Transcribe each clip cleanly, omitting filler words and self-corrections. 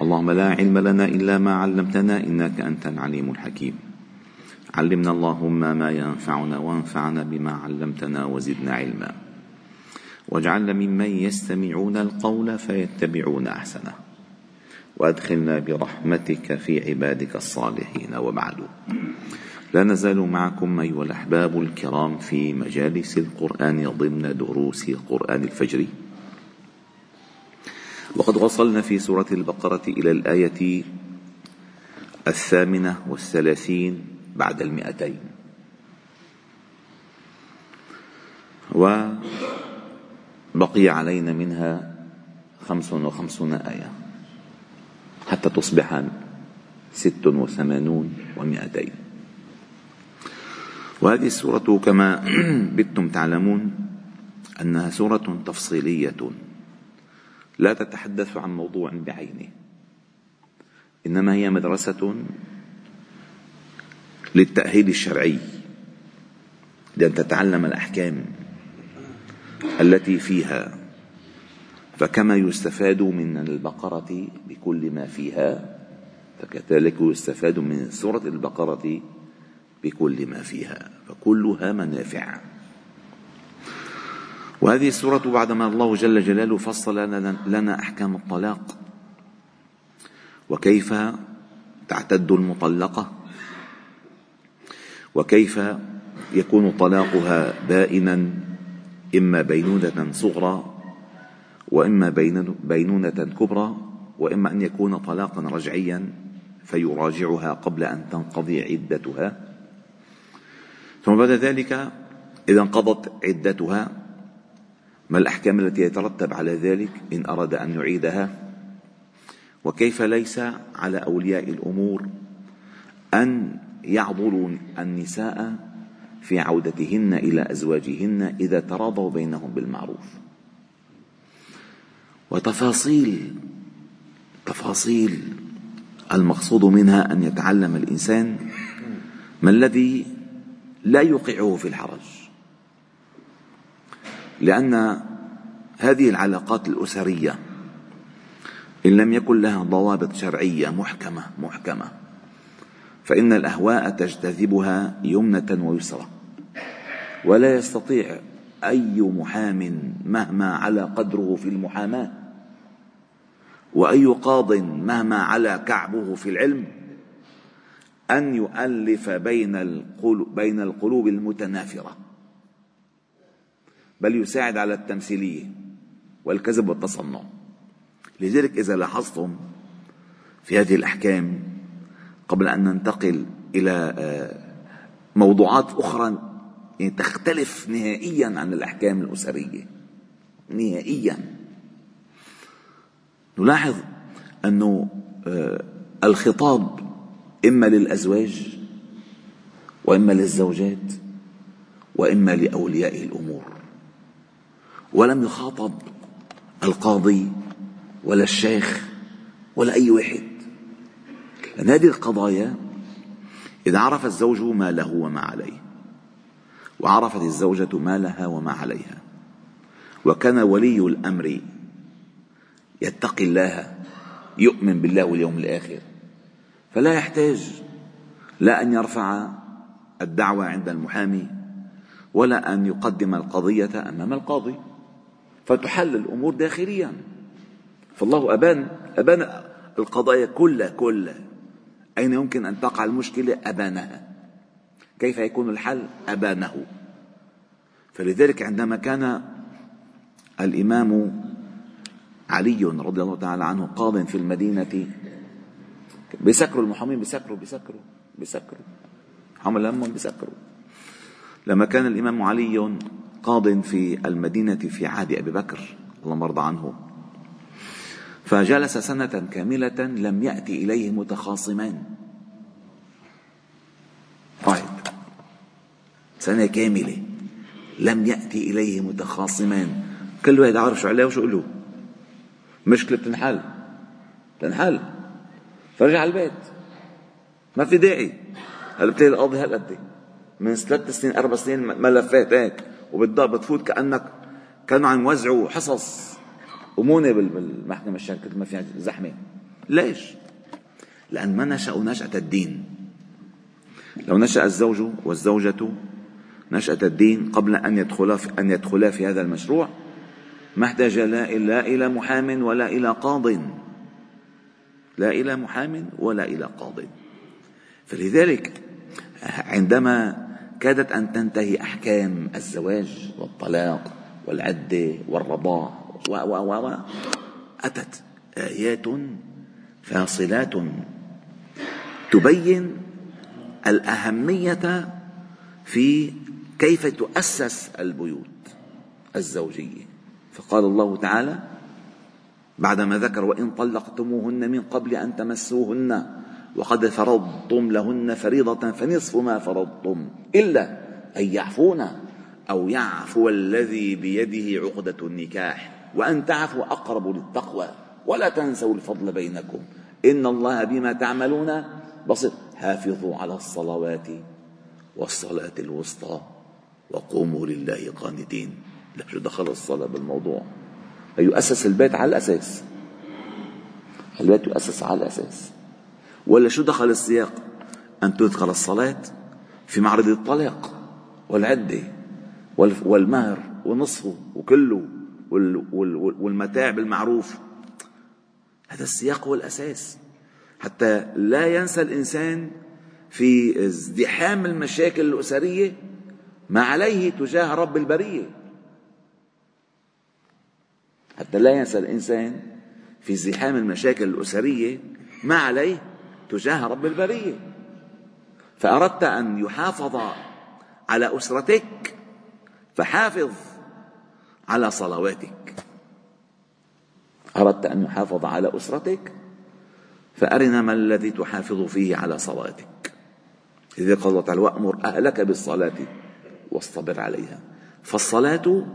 اللهم لا علم لنا إلا ما علمتنا إنك أنت العليم الحكيم. علمنا اللهم ما ينفعنا وانفعنا بما علمتنا وزدنا علما، واجعلنا ممن يستمعون القول فيتبعون أحسنه، وأدخلنا برحمتك في عبادك الصالحين. وبعد، لا نزال معكم أيها الأحباب الكرام في مجالس القرآن ضمن دروس قرآن الفجر، وقد وصلنا في سورة البقرة إلى الآية 38 بعد 200، وبقي علينا منها 55 آية حتى تصبح 86 و200. وهذه السورة كما بدتم تعلمون أنها سورة تفصيلية لا تتحدث عن موضوع بعينه، إنما هي مدرسة للتأهيل الشرعي، لأن تتعلم الأحكام التي فيها. فكما يستفاد من البقرة بكل ما فيها، فكذلك يستفاد من سورة البقرة بكل ما فيها، فكلها منافع. وهذه السورة بعدما الله جل جلاله فصل لنا أحكام الطلاق وكيف تعتد المطلقة، وكيف يكون طلاقها بائنا، إما بينونة صغرى وإما بينونة كبرى، وإما أن يكون طلاقا رجعيا فيراجعها قبل أن تنقضي عدتها. ثم بعد ذلك إذا انقضت عدتها ما الأحكام التي يترتب على ذلك إن أراد أن يعيدها، وكيف ليس على أولياء الأمور أن يعضلوا النساء في عودتهن إلى أزواجهن إذا تراضوا بينهم بالمعروف. وتفاصيل المقصود منها أن يتعلم الإنسان ما الذي لا يوقعه في الحرج، لأن هذه العلاقات الأسرية إن لم يكن لها ضوابط شرعية محكمة فإن الأهواء تجتذبها يمنة ويسرى، ولا يستطيع أي محام مهما على قدره في المحاماة، وأي قاض مهما على كعبه في العلم، أن يؤلف بين القلوب المتنافرة، بل يساعد على التمثيلية والكذب والتصنع. لذلك إذا لاحظتم في هذه الأحكام، قبل أن ننتقل إلى موضوعات أخرى يعني تختلف نهائيا عن الأحكام الأسرية نهائيا، نلاحظ أنه الخطاب إما للأزواج وإما للزوجات وإما لأولياء الأمور، ولم يخاطب القاضي ولا الشيخ ولا أي واحد، لأن هذه القضايا إذا عرف الزوج ما له وما عليه، وعرفت الزوجة ما لها وما عليها، وكان ولي الأمر يتقي الله يؤمن بالله واليوم الآخر، فلا يحتاج لا أن يرفع الدعوى عند المحامي ولا أن يقدم القضية أمام القاضي، فتحل الأمور داخليا. فالله أبان القضايا كلها أين يمكن أن تقع المشكلة أبانها، كيف يكون الحل أبانه. فلذلك عندما كان الإمام علي رضي الله تعالى عنه قاض في المدينة، بيسكروا المحامين، بيسكروا حمل همهم بيسكروا. لما كان الإمام علي قاض في المدينة في عهد أبي بكر اللهم ارضى عنه، فجلس سنة كاملة لم يأتي إليه متخاصمان، سنة كاملة لم يأتي إليه متخاصمان، كل واحد عارف شو عليه وشو له، مشكلة تنحل فرجع البيت، ما في داعي. هل بتلاقي القاضي هالقد من 3 سنين 4 سنين ملفات هيك، وبالضبط بتفوت كأنك كانوا عم يوزعوا حصص أمونة بالمحكمة الشرعية، ما في زحمة. ليش؟ لأن ما نشأوا نشأة الدين. لو نشأ الزوج والزوجة نشأة الدين قبل أن يدخلا في هذا المشروع ما احتاج لا إلى محام ولا إلى قاض، لا إلى محام ولا إلى قاض. فلذلك عندما كادت أن تنتهي أحكام الزواج والطلاق والعدة والرضاع أتت آيات فاصلات تبين الأهمية في كيف تؤسس البيوت الزوجية. فقال الله تعالى بعدما ذكر وإن طلقتموهن من قبل أن تمسوهن وقد فرضتم لهن فريضة فنصف ما فرضتم إلا أن يعفون أو يعفو الذي بيده عقدة النكاح وأن تعفوا أقرب للتقوى ولا تنسوا الفضل بينكم إن الله بما تعملون بصير. حافظوا على الصلوات والصلاة الوسطى وقوموا لله قانتين. لا شو دخل الصلاة بالموضوع؟ يؤسس البيت على الأساس، البيت يؤسس على الأساس. ولا شو دخل السياق أن تذكر الصلاة في معرض الطلاق والعدة والمهر ونصفه وكله والمتاع بالمعروف؟ هذا السياق هو الأساس حتى لا ينسى الإنسان في ازدحام المشاكل الأسرية ما عليه تجاه رب البرية. حتى لا ينسى الإنسان في ازدحام المشاكل الأسرية ما عليه تجاه رب البرية. فأردت أن يحافظ على أسرتك فحافظ على صلواتك. أردت أن يحافظ على أسرتك فأرنا ما الذي تحافظ فيه على صلاتك. إذا قال الله تعالى وأمر أهلك بالصلاة واصطبر عليها. فالصلاة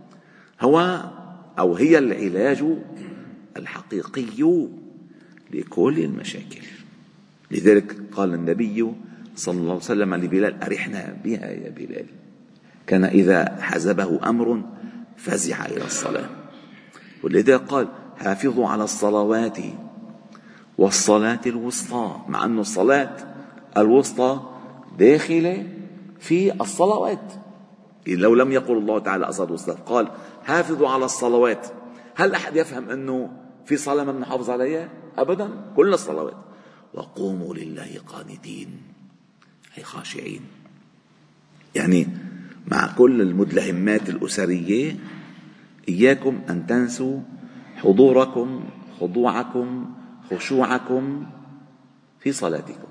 هي العلاج الحقيقي لكل المشاكل. لذلك قال النبي صلى الله عليه وسلم لبلال أرحنا بها يا بلال. كان إذا حزبه أمر فزع إلى الصلاة. ولذلك قال حافظوا على الصلوات والصلاة الوسطى، مع أن الصلاة الوسطى داخلة في الصلوات. لو لم يقل الله تعالى الصلاة الوسطى قال حافظوا على الصلوات، هل أحد يفهم أنه في صلاة ما بنحافظ عليها؟ أبدا، كل الصلوات. وقوموا لله قانتين أي خاشعين. يعني مع كل المدلهمات الأسرية إياكم أن تنسوا حضوركم، خضوعكم، خشوعكم في صلاتكم.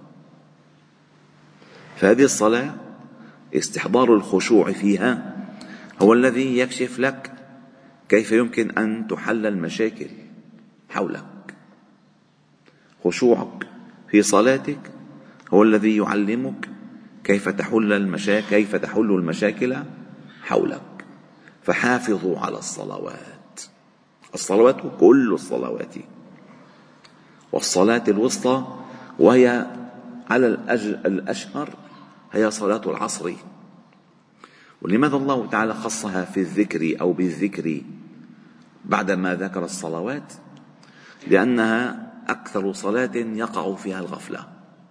فهذه الصلاة استحضار الخشوع فيها هو الذي يكشف لك كيف يمكن أن تحل المشاكل حولك. خشوعك في صلاتك هو الذي يعلمك كيف تحل المشاكل حولك. فحافظوا على الصلوات، الصلوات كل الصلوات، والصلاة الوسطى وهي على الأشهر هي صلاة العصر. ولماذا الله تعالى خصها في الذكر أو بالذكر بعدما ذكر الصلوات؟ لأنها أكثر صلاة يقع فيها الغفلة.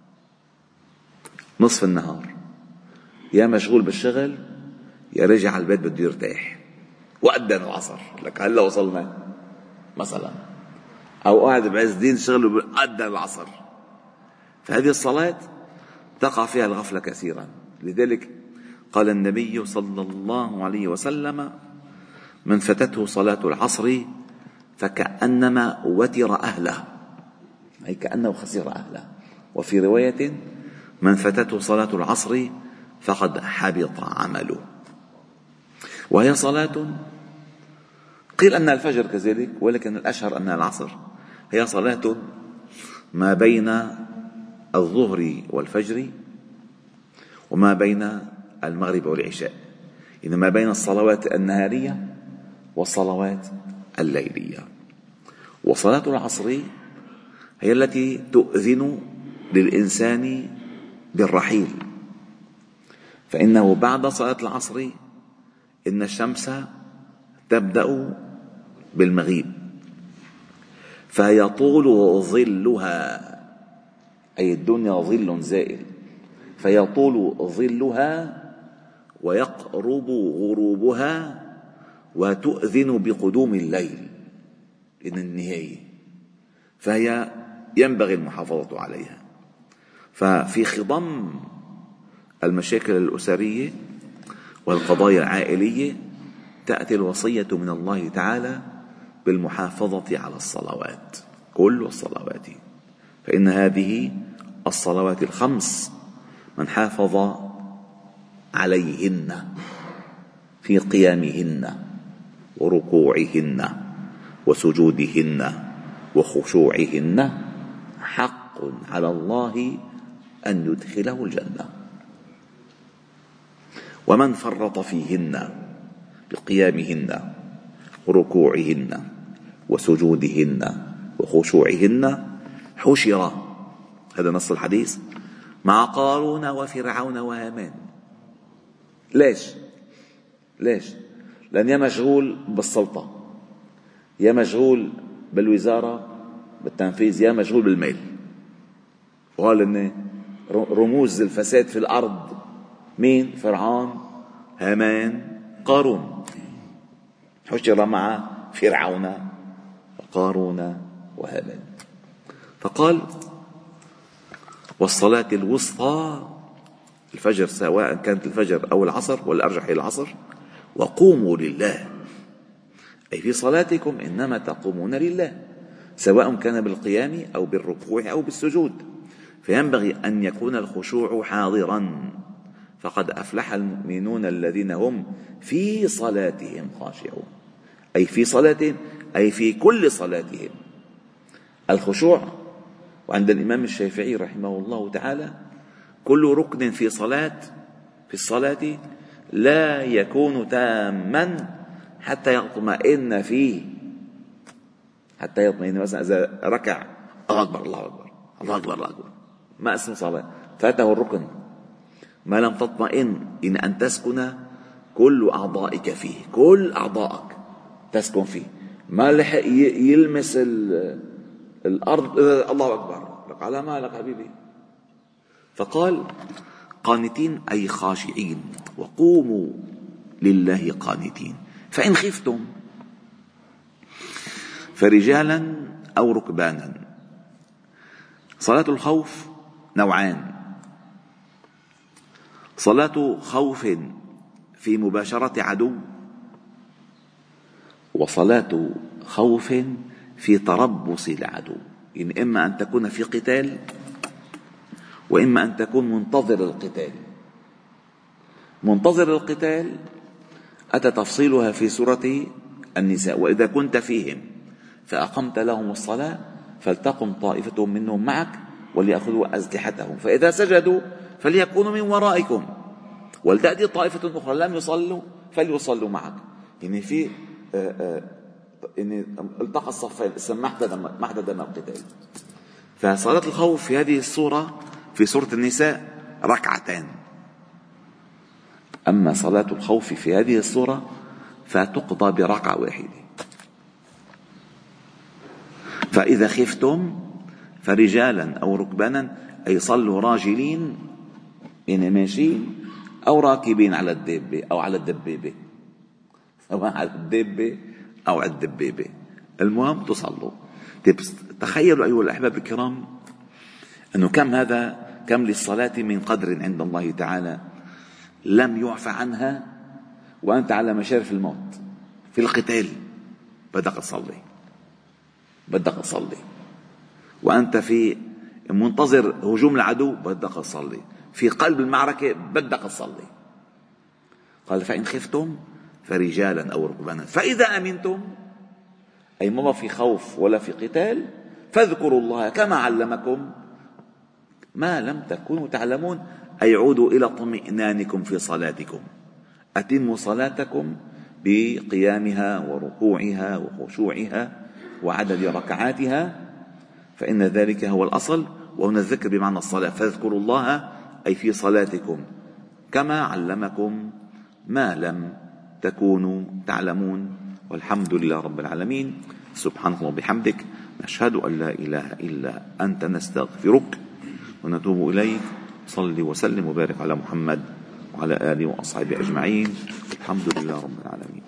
نصف النهار يا مشغول بالشغل يا رجع على البيت بده يرتاح وأذن العصر لك هلا وصلنا مثلا، أو قاعد بعز دين شغله وأذن العصر. فهذه الصلاة تقع فيها الغفلة كثيرا. لذلك قال النبي صلى الله عليه وسلم من فتته صلاة العصر فكأنما وتر أهله، أي كأنه خسر أهله. وفي رواية من فتته صلاة العصر فقد حبط عمله. وهي صلاة قيل أن الفجر كذلك، ولكن الأشهر أن العصر هي صلاة ما بين الظهر والفجر وما بين المغرب والعشاء، يعني ما بين الصلوات النهارية والصلوات الليلية. وصلاة العصر هي التي تؤذن للإنسان بالرحيل، فإنه بعد صلاة العصر إن الشمس تبدأ بالمغيب، فيطول ظلها، أي الدنيا ظل زائل، فيطول ظلها ويقرب غروبها وتؤذن بقدوم الليل إن النهاية، فهي ينبغي المحافظة عليها. ففي خضم المشاكل الأسرية والقضايا العائلية تأتي الوصية من الله تعالى بالمحافظة على الصلوات، كل الصلوات، فإن هذه الصلوات الخمس من حافظ عليهن في قيامهن وركوعهن وسجودهن وخشوعهن حق على الله أن يدخله الجنة. ومن فرط فيهن بقيامهن وركوعهن وسجودهن وخشوعهن حشر، هذا نص الحديث، مع قارون وفرعون وهامان. ليش؟ لأن يا مشغول بالسلطة، يا مشغول بالوزارة بالتنفيذ، يا مشغول بالمال. وقال إن رموز الفساد في الأرض مين؟ فرعون، هامان، قارون. حشر مع فرعون وقارون وهامان. فقال والصلاة الوسطى، الفجر سواء كانت الفجر أو العصر والأرجح إلى العصر، وقوموا لله، أي في صلاتكم إنما تقومون لله، سواء كان بالقيام أو بالركوع أو بالسجود، فينبغي أن يكون الخشوع حاضرا. فقد أفلح المؤمنون الذين هم في صلاتهم خاشعون، أي في صلاتهم، أي في كل صلاتهم الخشوع. وعند الإمام الشافعي رحمه الله تعالى كل ركن في الصلاة لا يكون تاما حتى يطمئن فيه، حتى يطمئن. مثلا إذا ركع الله أكبر الله أكبر الله أكبر الله أكبر، ما اسمه صلاة، فاته الركن. ما لم تطمئن إن أن تسكن كل أعضائك فيه، كل أعضائك تسكن فيه، ما لحق يلمس الأرض الله أكبر لك على مالك حبيبي. فقال قانتين أي خاشعين، وقوموا لله قانتين. فإن خفتم فرجالا أو ركبانا. صلاة الخوف نوعان: صلاة خوف في مباشرة عدو، وصلاة خوف في تربص العدو. يعني إما أن تكون في قتال، وإما أن تكون منتظر القتال. منتظر القتال أتى تفصيلها في سورة النساء: وإذا كنت فيهم فأقمت لهم الصلاة فلتقم طائفة منهم معك وليأخذوا أسلحتهم فإذا سجدوا فليكونوا من ورائكم ولتأتي طائفة أخرى لم يصلوا فليصلوا معك. يعني في التقى الصفين، ما احتدم القتال. فصلاة الخوف في هذه السورة في سورة النساء ركعتان، أما صلاة الخوف في هذه السورة فتقضى بركعة واحدة. فإذا خفتم فرجالا أو ركبانا، أي صلوا راجلين يعني ماشيين أو راكبين على الدابة أو على الدبابة، سواء على الدابة أو على الدبابة، المهم تصلوا. تخيلوا أيها الأحباب الكرام أنه كم للصلاة من قدر عند الله تعالى لم يعفى عنها، وأنت على مشارف الموت في القتال بدك تصلي، وأنت في منتظر هجوم العدو بدك تصلي، في قلب المعركة بدك تصلي. قال فإن خفتم فرجالا أو ركبانا فإذا أمنتم، أي ما في خوف ولا في قتال، فاذكروا الله كما علمكم ما لم تكونوا تعلمون، أي عودوا إلى اطمئنانكم في صلاتكم، أتموا صلاتكم بقيامها وركوعها وخشوعها وعدد ركعاتها، فإن ذلك هو الأصل. وهنا الذكر بمعنى الصلاة، فاذكروا الله أي في صلاتكم كما علمكم ما لم تكونوا تعلمون. والحمد لله رب العالمين. سبحانك اللهم وبحمدك، نشهد أن لا إله إلا أنت، نستغفرك ونتوب إليك. صل وسلم وبارك على محمد وعلى آله وأصحابه أجمعين. الحمد لله رب العالمين.